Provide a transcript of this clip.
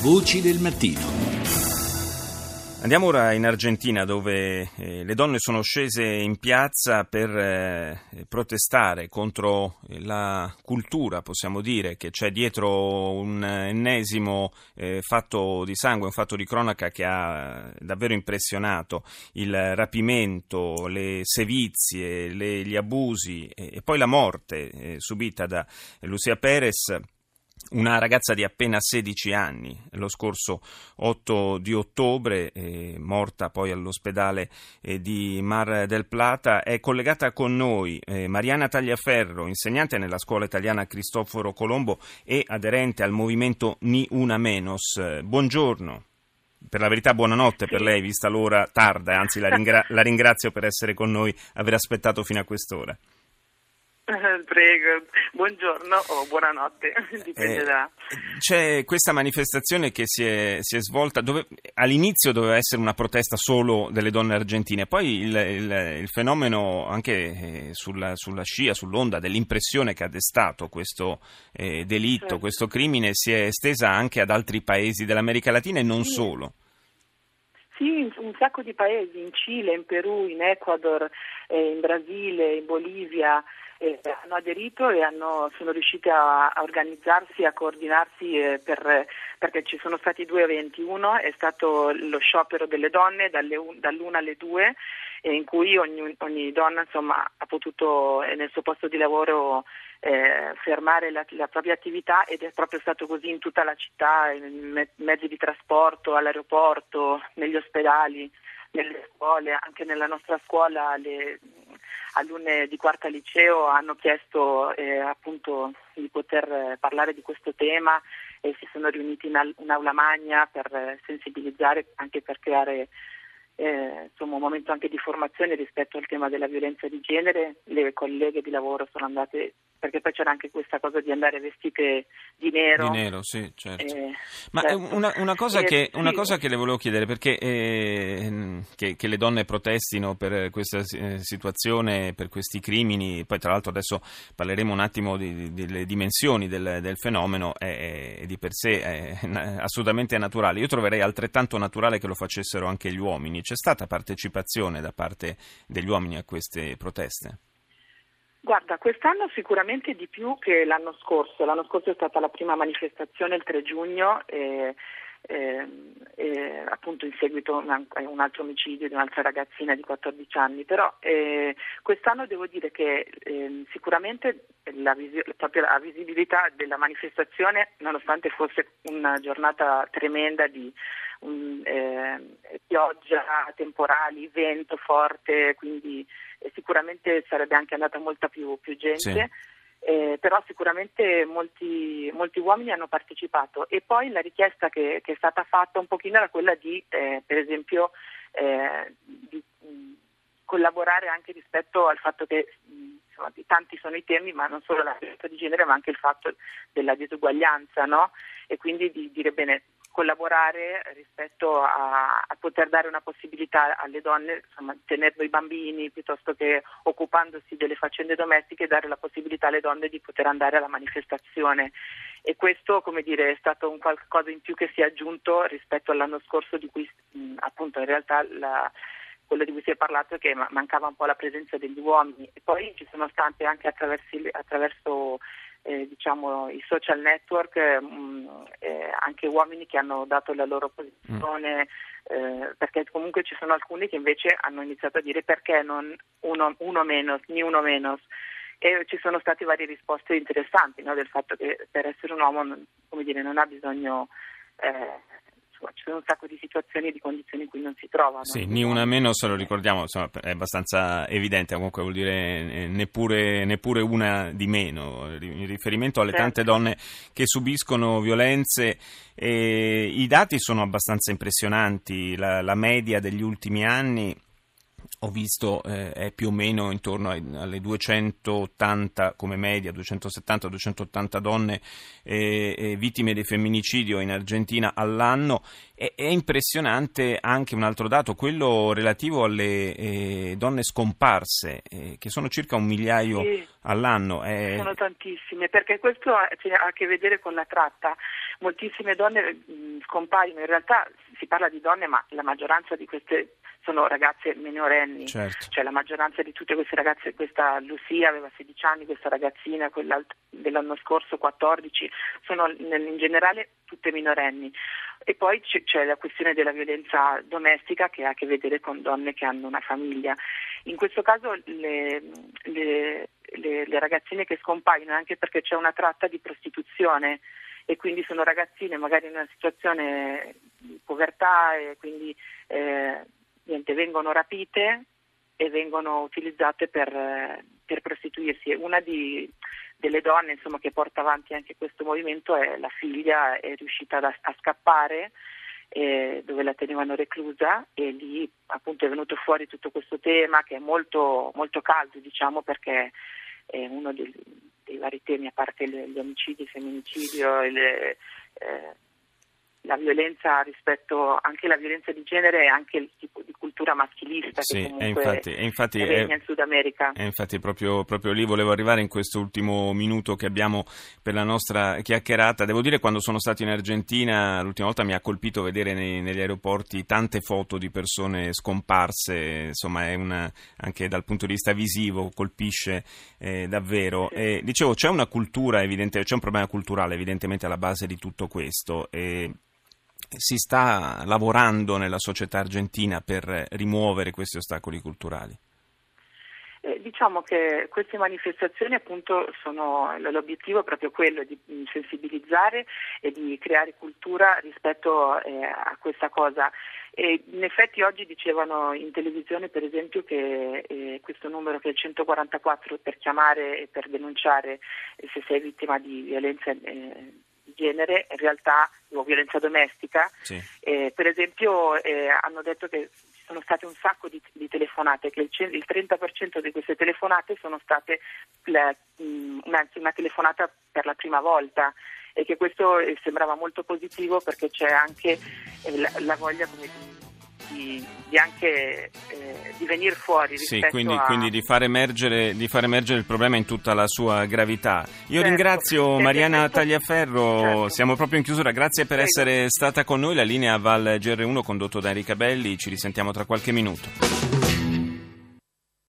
Voci del mattino. Andiamo ora in Argentina, dove le donne sono scese in piazza per protestare contro la cultura, possiamo dire, che c'è dietro un ennesimo fatto di sangue, un fatto di cronaca che ha davvero impressionato: il rapimento, le sevizie, gli abusi e poi la morte subita da Lucia Pérez, una ragazza di appena 16 anni, lo scorso 8 di ottobre, morta poi all'ospedale di Mar del Plata. È collegata con noi Mariana Tagliaferro, insegnante nella scuola italiana Cristoforo Colombo e aderente al movimento Ni Una Menos. Buongiorno. Per la verità buonanotte per lei, vista l'ora tarda, anzi la ringrazio per essere con noi, aver aspettato fino a quest'ora. Prego, buongiorno o buonanotte, dipende da... C'è questa manifestazione che si è svolta, dove all'inizio doveva essere una protesta solo delle donne argentine, poi il fenomeno anche sulla scia, sull'onda dell'impressione che ha destato questo delitto, certo, questo crimine, si è estesa anche ad altri paesi dell'America Latina e non solo. Sì, in un sacco di paesi, in Cile, in Perù, in Ecuador, in Brasile, in Bolivia, hanno aderito e sono riusciti a organizzarsi, a coordinarsi perché ci sono stati due eventi. Uno è stato lo sciopero delle donne dall'1 alle 2, in cui ogni donna ha potuto nel suo posto di lavoro fermare la propria attività, ed è proprio stato così in tutta la città, in mezzi di trasporto, all'aeroporto, negli ospedali, nelle scuole. Anche nella nostra scuola le alunne di quarta liceo hanno chiesto appunto di poter parlare di questo tema e si sono riuniti in aula magna per sensibilizzare, anche per creare un momento anche di formazione rispetto al tema della violenza di genere. Le colleghe di lavoro sono andate, perché poi c'era anche questa cosa di andare vestite di nero. Di nero, sì, certo. Ma certo. una cosa che le volevo chiedere, perché che le donne protestino per questa situazione, per questi crimini, poi tra l'altro adesso parleremo un attimo delle dimensioni del fenomeno, è di per sé è assolutamente naturale. Io troverei altrettanto naturale che lo facessero anche gli uomini. C'è stata partecipazione da parte degli uomini a queste proteste? Guarda, quest'anno sicuramente di più che l'anno scorso. L'anno scorso è stata la prima manifestazione il 3 giugno, appunto in seguito a un altro omicidio di un'altra ragazzina di 14 anni. Però quest'anno devo dire che sicuramente proprio la visibilità della manifestazione, nonostante fosse una giornata tremenda di pioggia, temporali, vento forte, quindi sicuramente sarebbe anche andata molta più gente, sì. Però sicuramente molti uomini hanno partecipato. E poi la richiesta che è stata fatta un pochino era quella di, per esempio, di collaborare anche rispetto al fatto che tanti sono i temi, ma non solo la violenza di genere, ma anche il fatto della disuguaglianza, no? E quindi di dire bene, collaborare rispetto a poter dare una possibilità alle donne, tenendo i bambini piuttosto che occupandosi delle faccende domestiche, dare la possibilità alle donne di poter andare alla manifestazione. E questo, come dire, è stato un qualcosa in più che si è aggiunto rispetto all'anno scorso, di cui appunto in realtà quello di cui si è parlato è che mancava un po' la presenza degli uomini. E poi ci sono state anche attraverso i social network anche uomini che hanno dato la loro posizione, perché comunque ci sono alcuni che invece hanno iniziato a dire perché non uno menos, ni uno menos, e ci sono state varie risposte interessanti, no? Del fatto che per essere un uomo non ha bisogno, ci sono un sacco di situazioni e di condizioni in cui non si trovano. Sì, ni una meno, se lo ricordiamo, è abbastanza evidente, comunque vuol dire neppure una di meno, in riferimento alle tante donne che subiscono violenze. I dati sono abbastanza impressionanti, la media degli ultimi anni, ho visto, è più o meno intorno alle 280 come media, 270-280 donne vittime di femminicidio in Argentina all'anno. È impressionante anche un altro dato, quello relativo alle donne scomparse, che sono circa 1 migliaio all'anno. Sono tantissime, perché questo ha a che vedere con la tratta. Moltissime donne scompaiono, in realtà si parla di donne, ma la maggioranza di queste sono ragazze minorenni, certo. Cioè la maggioranza di tutte queste ragazze, questa Lucia aveva 16 anni, questa ragazzina, quella dell'anno scorso 14, sono in generale tutte minorenni. E poi c'è la questione della violenza domestica, che ha a che vedere con donne che hanno una famiglia. In questo caso le ragazzine che scompaiono è anche perché c'è una tratta di prostituzione, e quindi sono ragazzine magari in una situazione di povertà, e quindi vengono rapite e vengono utilizzate per prostituirsi. E una delle donne, insomma, che porta avanti anche questo movimento è la figlia, è riuscita a scappare dove la tenevano reclusa, e lì appunto è venuto fuori tutto questo tema, che è molto, molto caldo, diciamo, perché è uno dei vari temi, a parte gli omicidi, il femminicidio, la violenza rispetto anche la violenza di genere, e anche il tipo di cultura maschilista che comunque regna in Sud America. E infatti proprio lì volevo arrivare in questo ultimo minuto che abbiamo per la nostra chiacchierata. Devo dire, quando sono stato in Argentina l'ultima volta mi ha colpito vedere negli aeroporti tante foto di persone scomparse, insomma anche dal punto di vista visivo colpisce davvero. Sì. Dicevo, c'è una cultura evidente, c'è un problema culturale evidentemente alla base di tutto questo, e si sta lavorando nella società argentina per rimuovere questi ostacoli culturali? Diciamo che queste manifestazioni appunto sono l'obiettivo è proprio quello di sensibilizzare e di creare cultura rispetto a questa cosa. E in effetti oggi dicevano in televisione, per esempio, che questo numero, che è il 144, per chiamare e per denunciare se sei vittima di violenza di genere, in realtà, o violenza domestica. Sì. Per esempio hanno detto che ci sono state un sacco di telefonate, che il 30% di queste telefonate sono state una telefonata per la prima volta, e che questo sembrava molto positivo, perché c'è anche la voglia, come di anche di venire fuori rispetto quindi di far emergere il problema in tutta la sua gravità. Io ringrazio Mariana Tagliaferro, certo. Siamo proprio in chiusura, grazie per essere stata con noi. La linea va al GR1 condotto da Enrica Belli, ci risentiamo tra qualche minuto.